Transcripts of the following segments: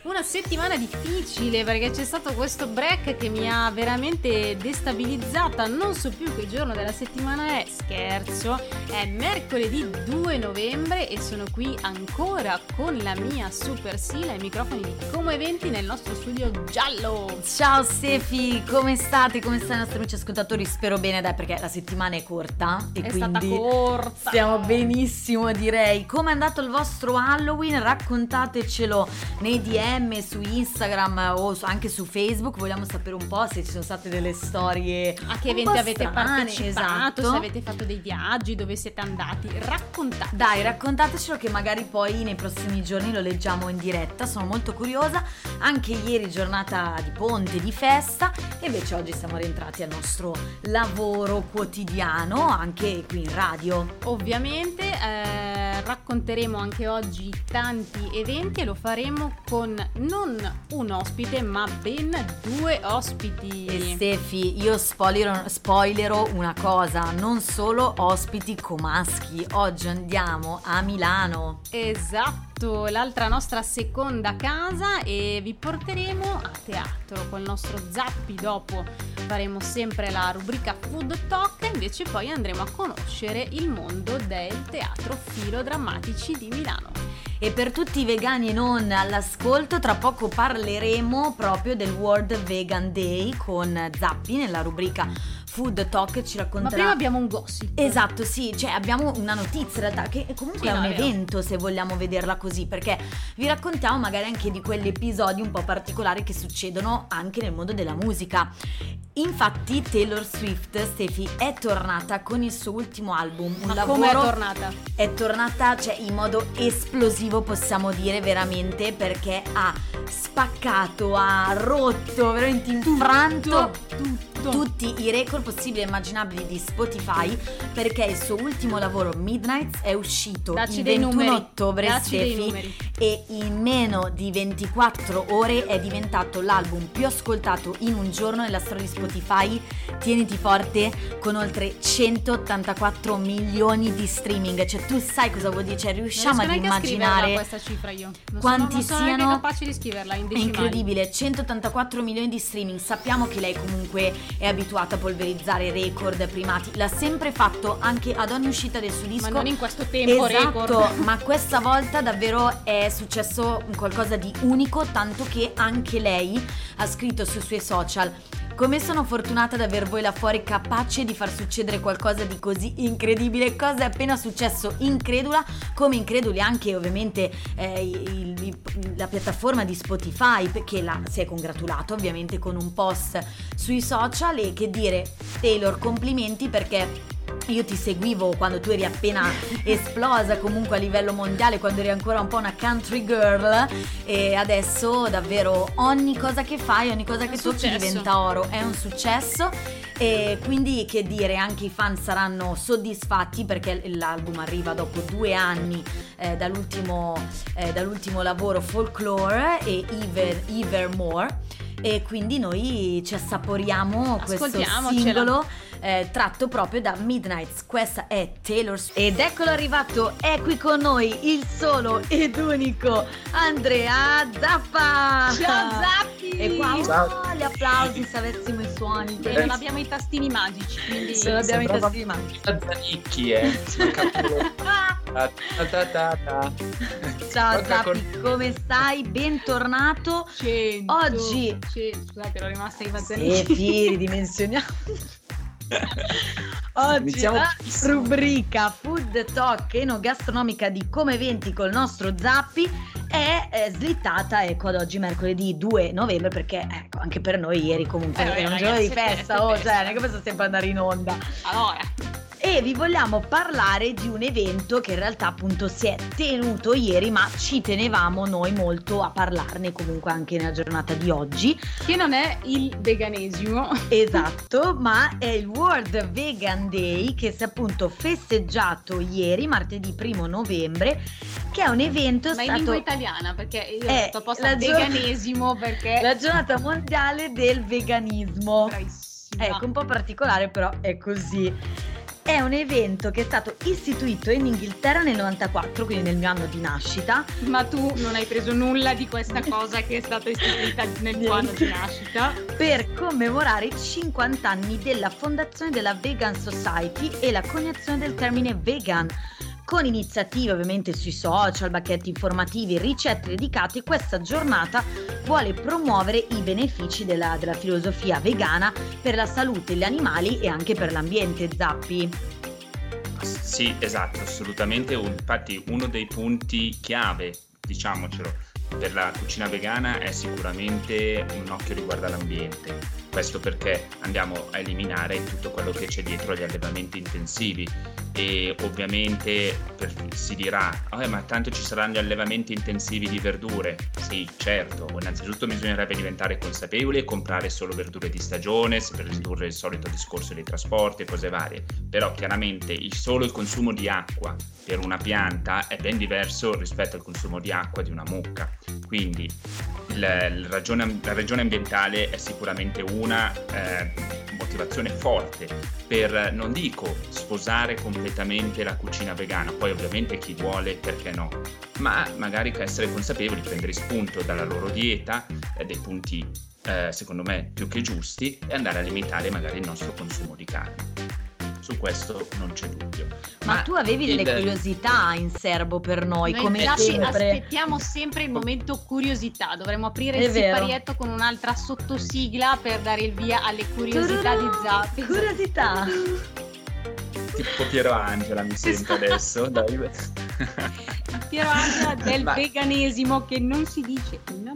Una settimana difficile perché c'è stato questo break che mi ha veramente destabilizzata. Non so più che giorno della settimana è. Scherzo, è mercoledì 2 novembre e sono qui ancora con la mia super Sila ai microfoni di Como Eventi nel nostro studio giallo. Ciao Stefi, come state? Come stanno i nostri amici ascoltatori? Spero bene, dai, perché la settimana è corta e È quindi stata corta. stiamo benissimo, direi. Come è andato il vostro Halloween? Raccontatecelo nei DM su Instagram o anche su Facebook. Vogliamo sapere un po' se ci sono state delle storie. A che un eventi po' avete strane, partecipato, esatto. se avete fatto dei viaggi, dove siete andati, raccontate. Dai, raccontatecelo che magari poi nei prossimi giorni lo leggiamo in diretta. Sono molto curiosa. Anche ieri giornata di ponte, di festa, e invece oggi siamo rientrati al nostro lavoro quotidiano anche qui in radio. Ovviamente racconteremo anche oggi tanti eventi e lo faremo con non un ospite ma ben 2 ospiti. E Stefi, io spoilerò una cosa, non solo ospiti comaschi, oggi andiamo a Milano. Esatto, l'altra nostra seconda casa, e vi porteremo a teatro col nostro Zappi. Dopo faremo sempre la rubrica Food Talk, invece poi andremo a conoscere il mondo del teatro filodrammatici di Milano. E per tutti i vegani e non all'ascolto, tra poco parleremo proprio del World Vegan Day con Zappi nella rubrica Food Talk, ci racconterà. Ma prima abbiamo un gossip. Esatto, sì, cioè abbiamo una notizia in realtà che comunque Sì, è no, un è vero. evento, se vogliamo vederla così, perché vi raccontiamo magari anche di quegli episodi un po' particolari che succedono anche nel mondo della musica. Infatti Taylor Swift, Stefi, è tornata con il suo ultimo album, un Ma lavoro. come è tornata? È tornata, cioè, in modo esplosivo, possiamo dire, veramente, perché ha spaccato, ha rotto, veramente infranto tutti i record possibili e immaginabili di Spotify, perché il suo ultimo lavoro Midnights è uscito Dacci il dei 21 numeri. ottobre, Dacci dei Stefi, numeri. e in meno di 24 ore è diventato l'album più ascoltato in un giorno nella storia di Spotify. Tieniti forte, con oltre 184 milioni di streaming. Cioè, tu sai cosa vuol dire? Cioè, riusciamo ad non riesco neanche a scriverla immaginare questa cifra io. quanti non sono neanche siano. capace di scriverla in È decimali. incredibile, 184 milioni di streaming. Sappiamo che lei comunque è abituata a polverizzare record, primati. L'ha sempre fatto, anche ad ogni uscita del suo disco. Ma non in questo tempo Esatto, record. ma questa volta davvero è successo qualcosa di unico, tanto che anche lei ha scritto sui suoi social: come sono fortunata ad aver voi là fuori capace di far succedere qualcosa di così incredibile. Cosa è appena successo? Incredula, come increduli anche ovviamente la piattaforma di Spotify, che si è congratulato ovviamente con un post sui social. E che dire, Taylor, complimenti, perché io ti seguivo quando tu eri appena esplosa comunque a livello mondiale, quando eri ancora un po' una country girl, e adesso davvero ogni cosa che fai, ogni cosa che tocchi successo. diventa oro, è un successo. E quindi, che dire, anche i fan saranno soddisfatti perché l'album arriva dopo 2 anni dall'ultimo lavoro Folklore e Evermore, e quindi noi ci assaporiamo questo Ascoltiamocela. singolo tratto proprio da Midnights. Questa è Taylor Swift. Ed eccolo arrivato, è qui con noi il solo ed unico Andrea Zappa. Ciao Zappi! E qua Ciao. gli applausi se avessimo i suoni. E non abbiamo i tastini magici, quindi Se non abbiamo i sembrava tastini magici. Zanicchi, Ciao Porca Zappi, come stai? Bentornato. 100. Oggi- Scusate, ero rimasta in Sì, ridimensioniamo. Oggi Iniziamo la benissimo. rubrica Food Talk enogastronomica di Come Eventi col nostro Zappi è slittata, ecco, ad oggi mercoledì 2 novembre, perché ecco, anche per noi ieri comunque Vabbè, era un giorno di ragazzi, festa, festa. cioè non è che posso sempre andare in onda. Allora, E vi vogliamo parlare di un evento che in realtà appunto si è tenuto ieri, ma ci tenevamo noi molto a parlarne comunque anche nella giornata di oggi. che non è il veganesimo. Esatto, ma è il World Vegan Day, che si è appunto festeggiato ieri, martedì 1 novembre, che è un evento Ma in stato lingua italiana, perché io ho È detto apposta la veganesimo perché la giornata mondiale del veganismo. bravissima. Ecco, un po' particolare, però è così. È un evento che è stato istituito in Inghilterra nel 94, quindi nel mio anno di nascita. Ma tu non hai preso nulla di questa cosa che è stata istituita nel tuo anno di nascita? Per commemorare i 50 anni della fondazione della Vegan Society e la coniazione del termine vegan. Con iniziative ovviamente sui social, bacchetti informativi, ricette dedicate, questa giornata vuole promuovere i benefici della filosofia vegana per la salute, gli animali e anche per l'ambiente, Zappi. Sì, esatto, assolutamente. Infatti uno dei punti chiave, diciamocelo, per la cucina vegana è sicuramente un occhio riguardo all'ambiente. Questo perché andiamo a eliminare tutto quello che c'è dietro agli allevamenti intensivi e ovviamente si dirà ma tanto ci saranno gli allevamenti intensivi di verdure. Sì, certo, innanzitutto bisognerebbe diventare consapevoli e comprare solo verdure di stagione per ridurre il solito discorso dei trasporti e cose varie, però chiaramente solo il consumo di acqua per una pianta è ben diverso rispetto al consumo di acqua di una mucca, quindi la ragione ambientale è sicuramente una motivazione forte per, non dico sposare completamente la cucina vegana, poi ovviamente chi vuole, perché no, ma magari essere consapevoli, prendere spunto dalla loro dieta, dei punti secondo me più che giusti, e andare a limitare magari il nostro consumo di carne. Su questo non c'è dubbio. Ma tu avevi delle curiosità in serbo per noi, come sempre. Aspettiamo sempre il momento curiosità. Dovremmo aprire il siparietto con un'altra sottosigla per dare il via alle curiosità di Zappi. Curiosità. Tipo Piero Angela mi sento adesso. Dai. Piero Angela del veganesimo che non si dice no.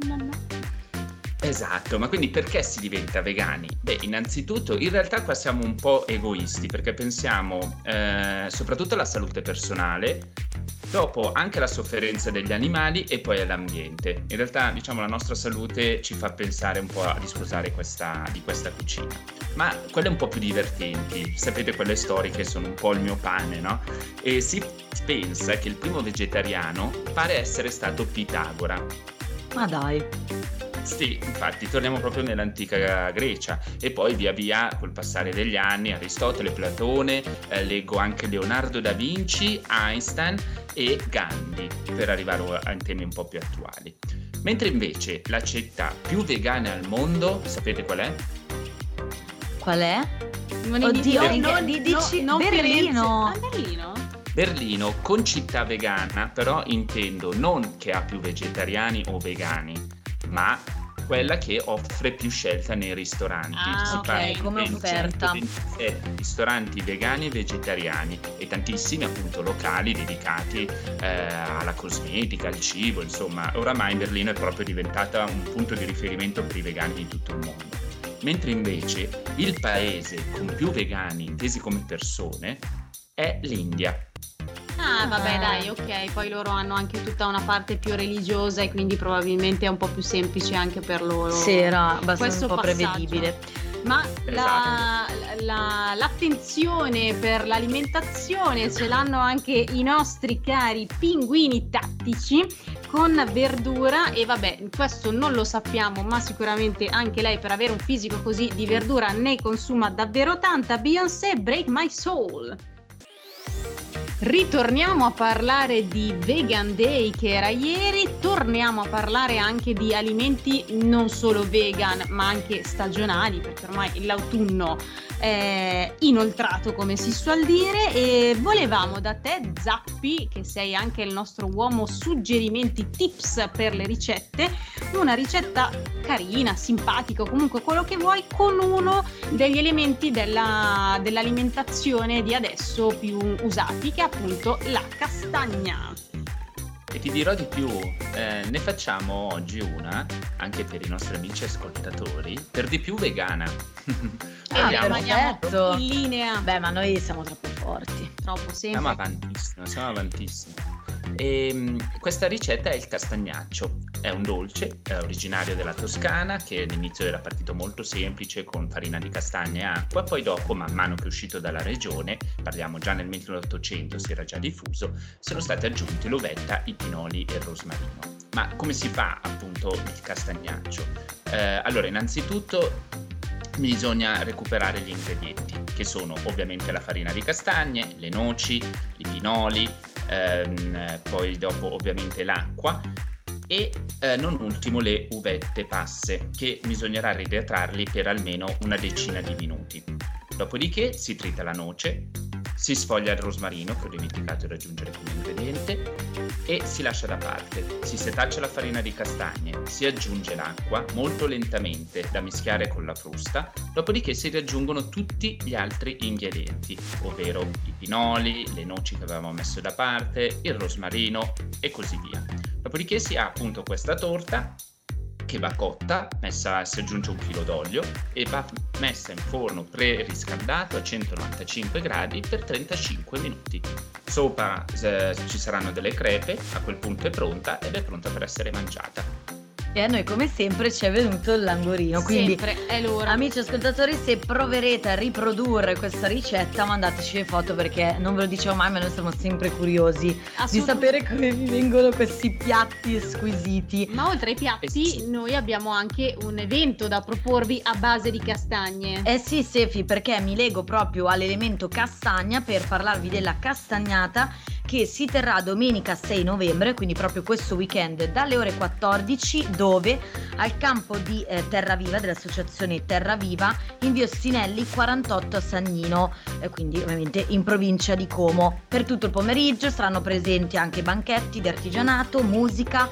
Esatto, ma quindi perché si diventa vegani? Beh, innanzitutto in realtà qua siamo un po' egoisti perché pensiamo soprattutto alla salute personale, dopo anche alla sofferenza degli animali e poi all'ambiente. In realtà diciamo la nostra salute ci fa pensare un po' a disposare di questa cucina, ma quelle un po' più divertenti, sapete, quelle storiche sono un po' il mio pane, no? E si pensa che il primo vegetariano pare essere stato Pitagora. Ma dai! Sì, infatti torniamo proprio nell'antica Grecia e poi via via col passare degli anni Aristotele, Platone, leggo anche Leonardo da Vinci, Einstein e Gandhi per arrivare a temi un po' più attuali. Mentre invece la città più vegana al mondo, sapete qual è? Qual è? Oddio, dici non Berlino. Berlino? Berlino con città vegana, però intendo non che ha più vegetariani o vegani, ma quella che offre più scelta nei ristoranti. Si parla come offerta. Ristoranti vegani e vegetariani e tantissimi appunto locali dedicati alla cosmetica, al cibo, insomma oramai Berlino è proprio diventata un punto di riferimento per i vegani di tutto il mondo. Mentre invece il paese con più vegani intesi come persone è l'India. Vabbè dai, ok, poi loro hanno anche tutta una parte più religiosa e quindi probabilmente è un po' più semplice anche per loro. Sì, era abbastanza un po' passaggio. prevedibile. Ma Esatto. l'attenzione per l'alimentazione ce l'hanno anche i nostri cari pinguini tattici con verdura e vabbè, questo non lo sappiamo, ma sicuramente anche lei per avere un fisico così di verdura ne consuma davvero tanta. Beyoncé, Break My Soul. Ritorniamo a parlare di Vegan Day che era ieri, torniamo a parlare anche di alimenti non solo vegan ma anche stagionali perché ormai l'autunno è inoltrato come si suol dire e volevamo da te Zappi, che sei anche il nostro uomo suggerimenti, tips per le ricette, una ricetta carina, simpatica o comunque quello che vuoi con uno degli elementi dell'alimentazione di adesso più usati che è appunto la castagna. E ti dirò di più, ne facciamo oggi una, anche per i nostri amici ascoltatori, per di più vegana. Perfetto. In linea. Beh, ma noi siamo troppo forti. Troppo sempre. Siamo avantissimi. E questa ricetta è il castagnaccio, è un dolce, è originario della Toscana che all'inizio era partito molto semplice con farina di castagne e acqua, poi dopo man mano che è uscito dalla regione, parliamo già nel 1800 si era già diffuso, sono stati aggiunti l'uvetta, i pinoli e il rosmarino. Ma come si fa appunto il castagnaccio? Allora innanzitutto bisogna recuperare gli ingredienti. che sono ovviamente la farina di castagne, le noci, i pinoli, poi dopo ovviamente l'acqua e non ultimo le uvette passe, che bisognerà ridetrarli per almeno una decina di minuti. Dopodiché si trita la noce, si sfoglia il rosmarino, che ho dimenticato di aggiungere come ingrediente, e si lascia da parte. Si setaccia la farina di castagne, si aggiunge l'acqua molto lentamente da mischiare con la frusta, dopodiché si riaggiungono tutti gli altri ingredienti, ovvero i pinoli, le noci che avevamo messo da parte, il rosmarino e così via. Dopodiché si ha appunto questa torta che va cotta, si aggiunge un filo d'olio e va messa in forno preriscaldato a 195 gradi per 35 minuti. Sopra ci saranno delle crepe, a quel punto è pronta ed è pronta per essere mangiata. E a noi come sempre ci è venuto il languorino, quindi sempre è l'ora. Amici ascoltatori, se proverete a riprodurre questa ricetta mandateci le foto, perché non ve lo dicevo mai ma noi siamo sempre curiosi di sapere come vi vengono questi piatti squisiti. Ma oltre ai piatti noi abbiamo anche un evento da proporvi a base di castagne. Sì Sefi, perché mi lego proprio all'elemento castagna per parlarvi della castagnata che si terrà domenica 6 novembre, quindi proprio questo weekend dalle ore 14, dove al campo di Terraviva, dell'associazione Terraviva, in via Ostinelli 48 a Sannino, quindi ovviamente in provincia di Como. Per tutto il pomeriggio saranno presenti anche banchetti di artigianato, musica,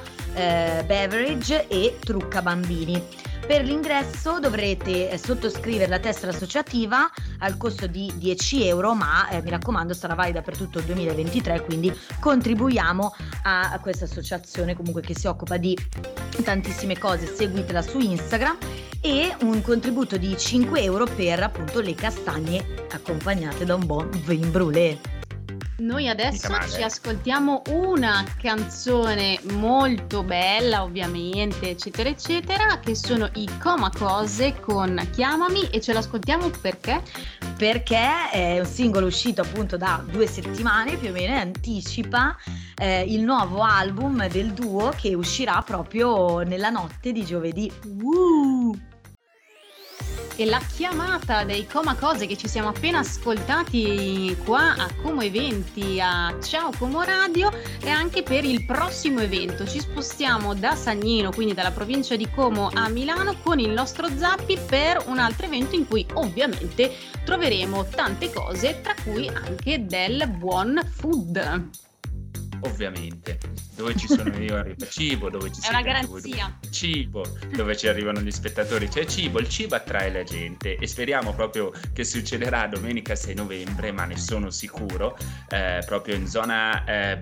beverage e trucca bambini. Per l'ingresso dovrete sottoscrivere la tessera associativa al costo di 10 euro, ma mi raccomando sarà valida per tutto il 2023, quindi contribuiamo a questa associazione comunque che si occupa di tantissime cose, seguitela su Instagram, e un contributo di 5 euro per appunto le castagne accompagnate da un buon vin brûlé. Noi adesso ci ascoltiamo una canzone molto bella, ovviamente, eccetera eccetera, che sono i Comacose con Chiamami, e ce l'ascoltiamo perché? Perché è un singolo uscito appunto da 2 settimane più o meno, e anticipa il nuovo album del duo che uscirà proprio nella notte di giovedì. E la chiamata dei Comacose che ci siamo appena ascoltati qua a Como Eventi, a Ciao Como Radio, è anche per il prossimo evento. Ci spostiamo da Sannino, quindi dalla provincia di Como, a Milano con il nostro Zappi per un altro evento in cui ovviamente troveremo tante cose, tra cui anche del buon food. Ovviamente, dove ci sono io arriva cibo, dove ci è una garanzia. Cibo, dove ci arrivano gli spettatori c'è cibo, il cibo attrae la gente e speriamo proprio che succederà domenica 6 novembre, ma ne sono sicuro, proprio in zona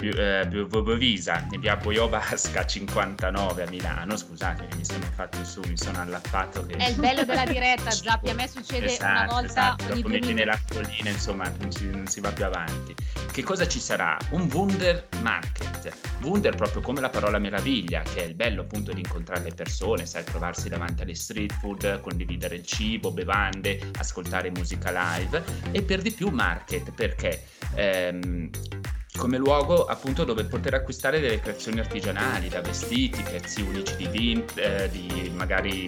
Bovisa, in via Boiobasca 59 a Milano. Scusate che mi sono allappato. Che... È il bello della diretta, Zappi, a me succede una volta ogni 2 minuti. Come l'acquolina, insomma, non si va più avanti. Che cosa ci sarà? Un Wunder Market. Wunder proprio come la parola meraviglia, che è il bello appunto di incontrare le persone, sai, trovarsi davanti alle street food, condividere il cibo, bevande, ascoltare musica live, e per di più market, perché come luogo appunto dove poter acquistare delle creazioni artigianali, da vestiti, pezzi unici di magari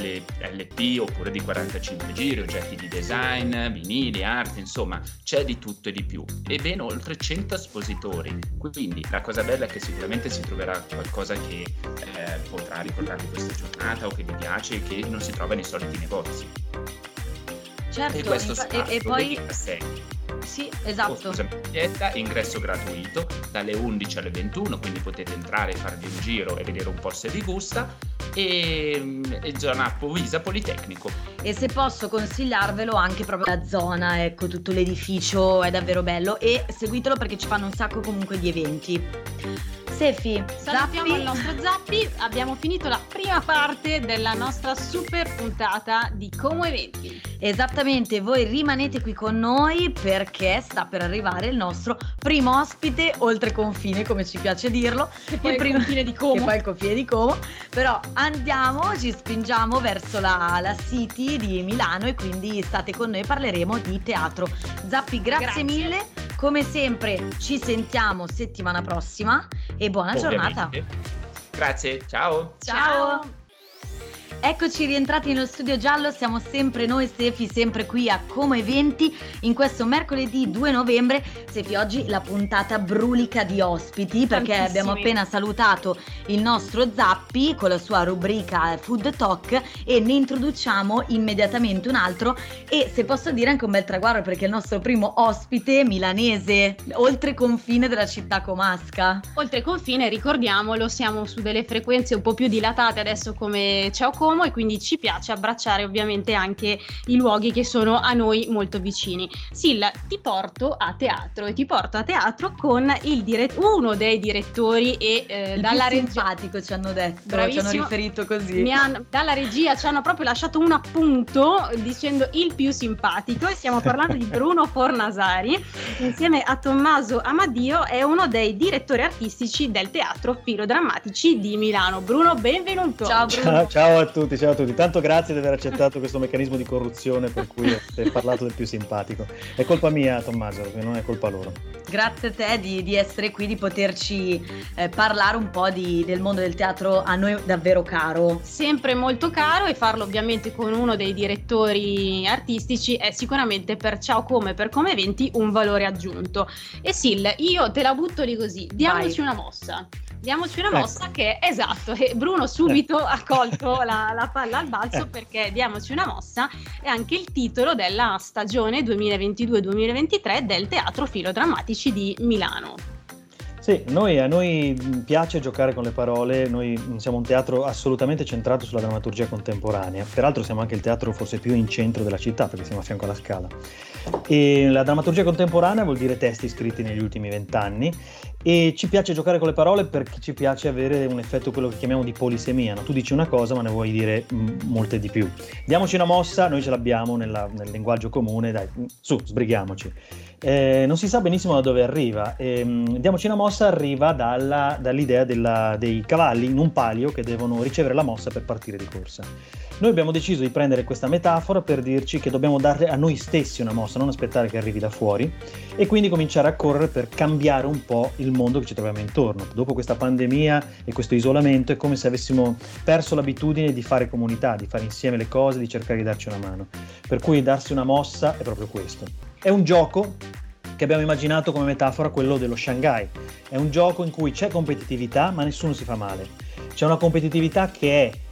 LP oppure di 45 giri, oggetti di design, vinili, arte, insomma c'è di tutto e di più, e ben oltre 100 espositori. Quindi la cosa bella è che sicuramente si troverà qualcosa che potrà ricordarvi questa giornata o che vi piace e che non si trova nei soliti negozi. Certo, e questo e poi sì, esatto. Ingresso gratuito dalle 11 alle 21, quindi potete entrare, farvi un giro e vedere un po' se vi gusta. E zona Povisa Politecnico. E se posso consigliarvelo, anche proprio la zona, ecco, tutto l'edificio è davvero bello, e seguitelo perché ci fanno un sacco comunque di eventi. Sefi, salutiamo il nostro Zappi. Abbiamo finito la prima parte della nostra super puntata di Como Eventi. Esattamente, voi rimanete qui con noi perché sta per arrivare il nostro primo ospite oltre confine, come ci piace dirlo, che poi è il confine di Como. Che poi è il confine di Como. Però andiamo, ci spingiamo verso la City di Milano, e quindi state con noi, parleremo di teatro. Zappi, grazie mille. Come sempre ci sentiamo settimana prossima e buona giornata. Grazie, ciao. Ciao. Eccoci rientrati nello studio giallo, siamo sempre noi Sefi, sempre qui a Como Eventi in questo mercoledì 2 novembre. Sefi, oggi la puntata brulica di ospiti perché abbiamo appena salutato il nostro Zappi con la sua rubrica Food Talk e ne introduciamo immediatamente un altro e se posso dire anche un bel traguardo perché è il nostro primo ospite milanese, oltre confine della città comasca. Oltre confine, ricordiamolo, siamo su delle frequenze un po' più dilatate adesso come Ciao Como e quindi ci piace abbracciare ovviamente anche i luoghi che sono a noi molto vicini. Silla, ti porto a teatro e ti porto a teatro con uno dei direttori e dalla regia simpatico ci hanno detto, bravissimo, ci hanno riferito così. Dalla regia ci hanno proprio lasciato un appunto dicendo il più simpatico e stiamo parlando di Bruno Fornasari insieme a Tommaso Amadio, è uno dei direttori artistici del Teatro Filodrammatici di Milano. Bruno, benvenuto. Ciao Bruno. Ciao a tutti. Tanto grazie di aver accettato questo meccanismo di corruzione per cui hai parlato del più simpatico. È colpa mia, Tommaso, non è colpa loro. Grazie a te di essere qui, di poterci parlare un po' del mondo del teatro a noi davvero caro. Sempre molto caro, e farlo ovviamente con uno dei direttori artistici è sicuramente per Ciao Como e per Como Eventi un valore aggiunto. E Sil, io te la butto lì così, diamoci una mossa. Diamoci una mossa che esatto, e Bruno subito ha colto la palla al balzo perché Diamoci una mossa è anche il titolo della stagione 2022-2023 del Teatro Filodrammatici di Milano. Sì, a noi piace giocare con le parole, noi siamo un teatro assolutamente centrato sulla drammaturgia contemporanea, peraltro siamo anche il teatro forse più in centro della città perché siamo a fianco alla Scala. E la drammaturgia contemporanea vuol dire testi scritti negli ultimi 20 anni e ci piace giocare con le parole perché ci piace avere un effetto, quello che chiamiamo di polisemia, no? Tu dici una cosa ma ne vuoi dire molte di più. Diamoci una mossa, noi ce l'abbiamo nel linguaggio comune, dai, su, sbrighiamoci. Non si sa benissimo da dove arriva. Diamoci una mossa arriva dall'idea dei cavalli in un palio che devono ricevere la mossa per partire di corsa. Noi abbiamo deciso di prendere questa metafora per dirci che dobbiamo dare a noi stessi una mossa, non aspettare che arrivi da fuori e quindi cominciare a correre per cambiare un po' il mondo che ci troviamo intorno. Dopo questa pandemia e questo isolamento è come se avessimo perso l'abitudine di fare comunità, di fare insieme le cose, di cercare di darci una mano. Per cui darsi una mossa è proprio questo. È un gioco che abbiamo immaginato come metafora quello dello Shanghai. È un gioco in cui c'è competitività ma nessuno si fa male. C'è una competitività che è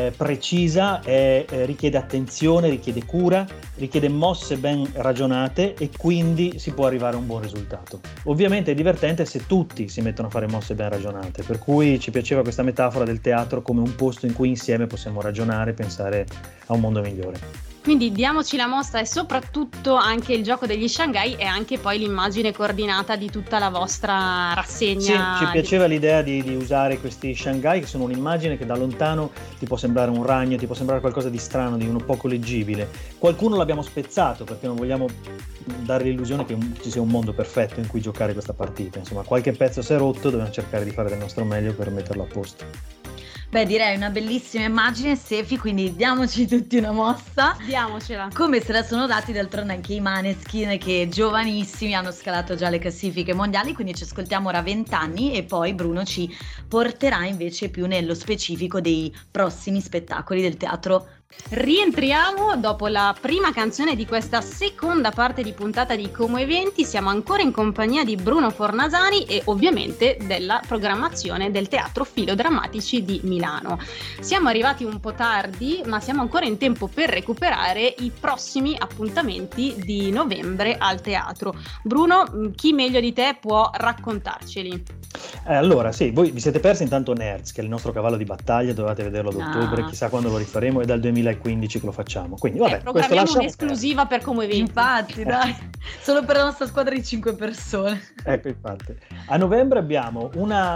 precisa, richiede attenzione, richiede cura, richiede mosse ben ragionate e quindi si può arrivare a un buon risultato. Ovviamente è divertente se tutti si mettono a fare mosse ben ragionate, per cui ci piaceva questa metafora del teatro come un posto in cui insieme possiamo ragionare e pensare a un mondo migliore. Quindi diamoci la mossa e soprattutto anche il gioco degli Shanghai e anche poi l'immagine coordinata di tutta la vostra rassegna. Sì, ci piaceva l'idea di usare questi Shanghai che sono un'immagine che da lontano ti può sembrare un ragno, ti può sembrare qualcosa di strano, di uno poco leggibile. Qualcuno l'abbiamo spezzato perché non vogliamo dare l'illusione che ci sia un mondo perfetto in cui giocare questa partita. Insomma, qualche pezzo si è rotto, dobbiamo cercare di fare del nostro meglio per metterlo a posto. Beh, direi una bellissima immagine, Sefi, quindi diamoci tutti una mossa. Diamocela. Come se la sono dati d'altronde anche i Maneskin che giovanissimi hanno scalato già le classifiche mondiali, quindi ci ascoltiamo ora 20 anni e poi Bruno ci porterà invece più nello specifico dei prossimi spettacoli del teatro. Rientriamo dopo la prima canzone di questa seconda parte di puntata di Como Eventi. Siamo ancora in compagnia di Bruno Fornasari e ovviamente della programmazione del Teatro Filodrammatici di Milano. Siamo arrivati un po' tardi, ma siamo ancora in tempo per recuperare i prossimi appuntamenti di novembre al teatro. Bruno, chi meglio di te può raccontarceli? Allora, sì, voi vi siete persi intanto Nerds, che è il nostro cavallo di battaglia, dovete vederlo ad ottobre, chissà quando lo rifaremo, è dal 2015 che lo facciamo. Quindi vabbè, programmiamo un'esclusiva per Como Eventi. Infatti, dai, solo per la nostra squadra di 5 persone. Ecco, infatti. A novembre abbiamo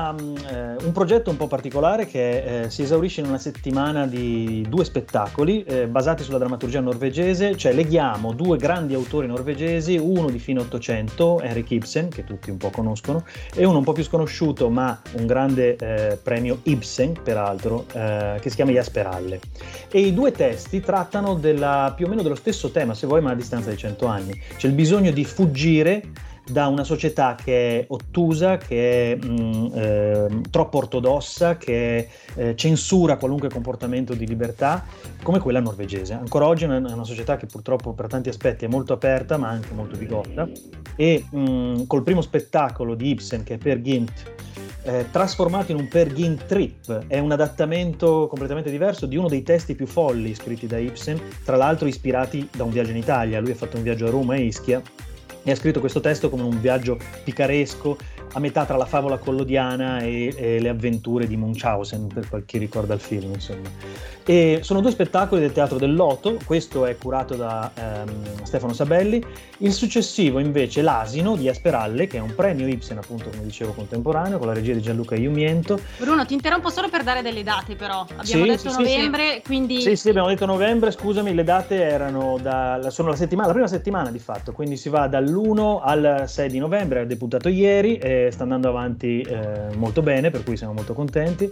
un progetto un po' particolare che si esaurisce in una settimana di 2 spettacoli basati sulla drammaturgia norvegese, cioè leghiamo 2 grandi autori norvegesi, uno di fine 800, Henrik Ibsen, che tutti un po' conoscono, e uno un po' più sconosciuto, ma un grande premio Ibsen, peraltro, che si chiama Jesper Halle. E i 2 testi trattano più o meno dello stesso tema, se vuoi, ma a distanza di 100 anni. C'è il bisogno di fuggire da una società che è ottusa, che è troppo ortodossa, che censura qualunque comportamento di libertà, come quella norvegese. Ancora oggi è una società che purtroppo per tanti aspetti è molto aperta, ma anche molto bigotta, e col primo spettacolo di Ibsen, che è Peer Gynt, trasformato in un Peer Gynt Trip, è un adattamento completamente diverso di uno dei testi più folli scritti da Ibsen, tra l'altro ispirati da un viaggio in Italia. Lui ha fatto un viaggio a Roma e Ischia e ha scritto questo testo come un viaggio picaresco a metà tra la favola collodiana e le avventure di Munchausen, per chi ricorda il film, insomma. E sono 2 spettacoli del Teatro del Loto. Questo è curato da Stefano Sabelli. Il successivo invece L'Asino di Asperalle, che è un premio Ibsen, appunto, come dicevo, contemporaneo, con la regia di Gianluca Iumiento. Bruno, ti interrompo solo per dare delle date, però abbiamo detto novembre, quindi sì, abbiamo detto novembre, scusami, le date erano sono la prima settimana di fatto, quindi si va dall'1 al 6 di novembre, è debuttato ieri, sta andando avanti molto bene, per cui siamo molto contenti.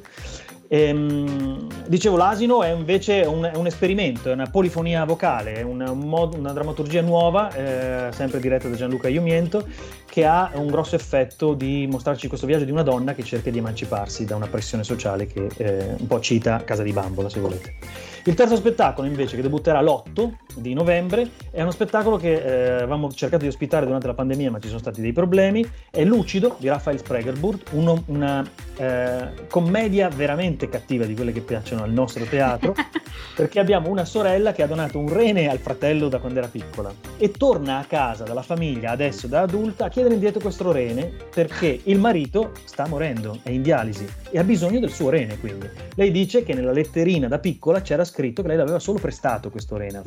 Dicevo, L'Asino è invece un esperimento, è una polifonia vocale, è una drammaturgia nuova, sempre diretta da Gianluca Iumiento, che ha un grosso effetto di mostrarci questo viaggio di una donna che cerca di emanciparsi da una pressione sociale che un po' cita Casa di Bambola, se volete. Il terzo spettacolo invece, che debutterà l'8 di novembre, è uno spettacolo che avevamo cercato di ospitare durante la pandemia, ma ci sono stati dei problemi. È Lucido di Raphael Spregelburg, una commedia veramente cattiva, di quelle che piacciono al nostro teatro, perché abbiamo una sorella che ha donato un rene al fratello da quando era piccola e torna a casa dalla famiglia, adesso da adulta, a chiedere indietro questo rene perché il marito sta morendo, è in dialisi e ha bisogno del suo rene. Quindi lei dice che nella letterina da piccola c'era scritto che lei l'aveva solo prestato questo rene,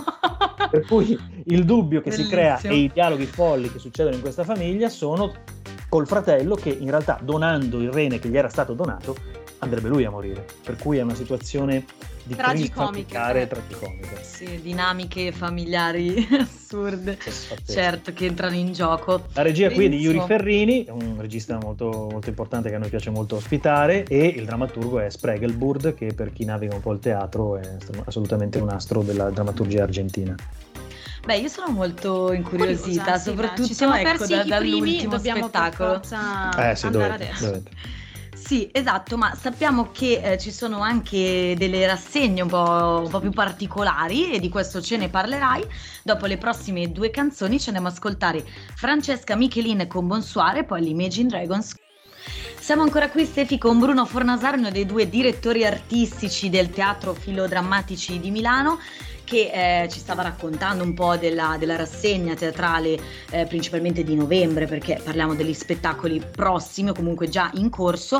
per cui il dubbio che si crea e i dialoghi folli che succedono in questa famiglia sono col fratello che in realtà, donando il rene che gli era stato donato, andrebbe lui a morire, per cui è una situazione di tragicomica. Tragicomica. Sì, dinamiche familiari assurde, certo, che entrano in gioco. La regia qui è di Yuri Ferrini, è un regista molto, molto importante che a noi piace molto ospitare, e il drammaturgo è Spregelburg, che per chi naviga un po' il teatro è assolutamente un astro della drammaturgia argentina. Beh, io sono molto incuriosita, soprattutto ci siamo persi dall'ultimo spettacolo. Andare adesso. Dovete. Sì, esatto, ma sappiamo che ci sono anche delle rassegne un po' più particolari, e di questo ce ne parlerai. Dopo le prossime 2 canzoni ci andiamo ad ascoltare Francesca Michelin con Bonsoir e poi l'Imagine Dragons. Siamo ancora qui, Stefi, con Bruno Fornasaro, uno dei 2 direttori artistici del Teatro Filodrammatici di Milano, che ci stava raccontando un po' della rassegna teatrale, principalmente di novembre, perché parliamo degli spettacoli prossimi o comunque già in corso.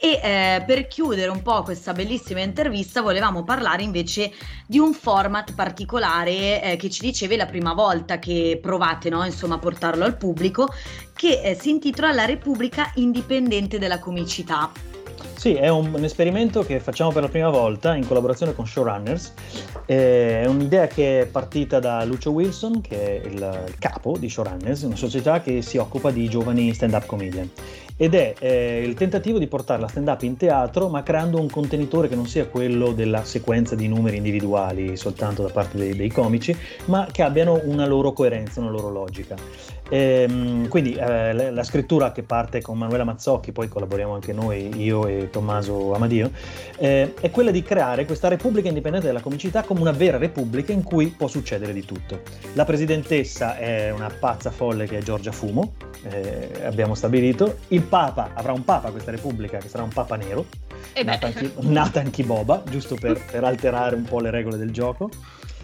E per chiudere un po' questa bellissima intervista volevamo parlare invece di un format particolare che ci dicevi la prima volta che provate, no? Insomma, a portarlo al pubblico, che si intitola La Repubblica Indipendente della Comicità. Sì, è un esperimento che facciamo per la prima volta in collaborazione con Showrunners. È un'idea che è partita da Lucio Wilson, che è il capo di Showrunners, una società che si occupa di giovani stand-up comedian. Ed è il tentativo di portare la stand-up in teatro, ma creando un contenitore che non sia quello della sequenza di numeri individuali soltanto da parte dei comici, ma che abbiano una loro coerenza, una loro logica. Quindi la scrittura, che parte con Manuela Mazzocchi, poi collaboriamo anche noi, io e Tommaso Amadio, è quella di creare questa Repubblica Indipendente della Comicità come una vera repubblica in cui può succedere di tutto. La presidentessa è una pazza folle che è Giorgia Fumo, abbiamo stabilito. Il Papa avrà un Papa, questa Repubblica, che sarà un Papa nero, Nathan Kiboba, giusto per alterare un po' le regole del gioco.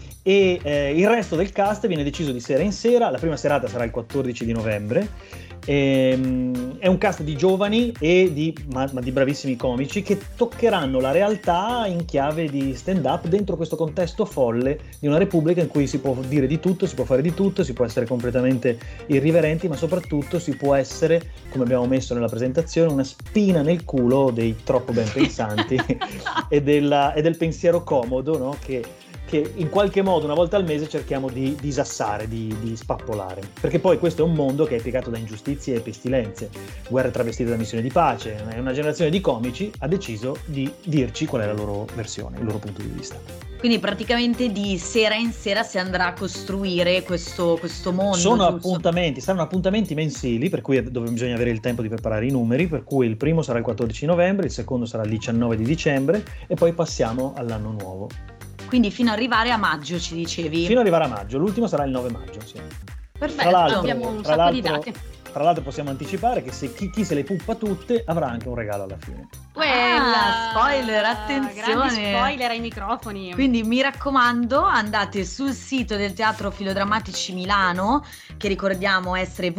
E il resto del cast viene deciso di sera in sera. La prima serata sarà il 14 di novembre. È un cast di giovani e di bravissimi comici che toccheranno la realtà in chiave di stand-up dentro questo contesto folle di una repubblica in cui si può dire di tutto, si può fare di tutto, si può essere completamente irriverenti, ma soprattutto si può essere, come abbiamo messo nella presentazione, una spina nel culo dei troppo ben pensanti e del pensiero comodo, no? Che che in qualche modo una volta al mese cerchiamo di disassare, di spappolare, perché poi questo è un mondo che è piegato da ingiustizie e pestilenze, guerre travestite da missione di pace, e una generazione di comici ha deciso di dirci qual è la loro versione, il loro punto di vista. Quindi praticamente di sera in sera si andrà a costruire questo mondo. Saranno appuntamenti mensili, per cui dove bisogna avere il tempo di preparare i numeri, per cui il primo sarà il 14 novembre, il secondo sarà il 19 di dicembre e poi passiamo all'anno nuovo. Quindi fino ad arrivare a maggio, ci dicevi? Fino ad arrivare a maggio, l'ultimo sarà il 9 maggio, sì. Perfetto, abbiamo un sacco di date. Tra l'altro possiamo anticipare che se chi se le puppa tutte avrà anche un regalo alla fine. Spoiler, attenzione, grandi spoiler ai microfoni. Quindi mi raccomando, andate sul sito del Teatro Filodrammatici Milano, che ricordiamo essere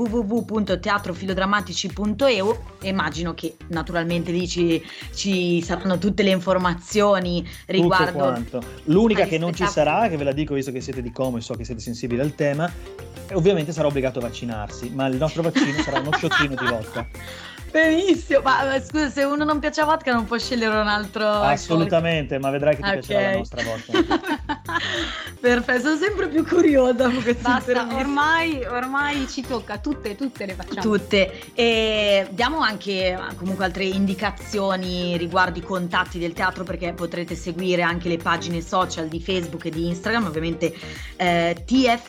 www.teatrofilodrammatici.eu. Immagino che naturalmente lì ci saranno tutte le informazioni riguardo quanto. L'unica che non ci sarà, che ve la dico visto che siete di Como e so che siete sensibili al tema, ovviamente sarà obbligato a vaccinarsi, ma il nostro vaccino sarà uno sciottino di vodka. Benissimo, ma scusa, se uno non piace a vodka non può scegliere un altro. Assolutamente, ma vedrai che ti piacerà la nostra vodka. Perfetto, sono sempre più curiosa. Basta, ormai ci tocca, tutte le facciamo. Tutte. E diamo anche comunque altre indicazioni riguardo i contatti del teatro, perché potrete seguire anche le pagine social di Facebook e di Instagram, ovviamente T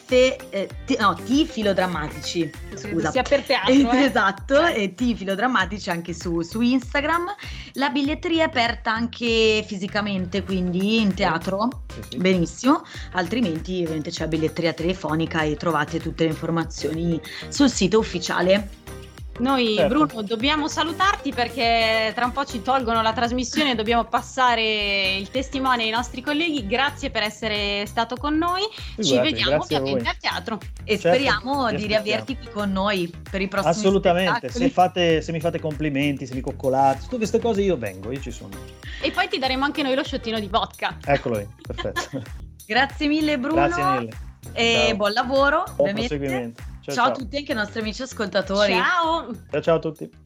Filodrammatici. Scusa. Sia per teatro. Esatto, e T Filodrammatici anche su Instagram. La biglietteria è aperta anche fisicamente, quindi in teatro. Sì. Benissimo, altrimenti ovviamente c'è la biglietteria telefonica e trovate tutte le informazioni sul sito ufficiale. Noi, certo. Bruno, dobbiamo salutarti perché tra un po' ci tolgono la trasmissione e dobbiamo passare il testimone ai nostri colleghi. Grazie per essere stato con noi. Ci vediamo ovviamente al teatro. E speriamo di riaverti qui con noi per i prossimi Assolutamente, spettacoli. se mi fate complimenti, se mi coccolate, tutte queste cose io ci sono. E poi ti daremo anche noi lo sciottino di vodka. Eccolo lì, perfetto. Grazie mille Bruno. Grazie mille. E Ciao. Buon lavoro. Buon proseguimento. Ciao a tutti anche ai nostri amici ascoltatori. Ciao. Ciao a tutti.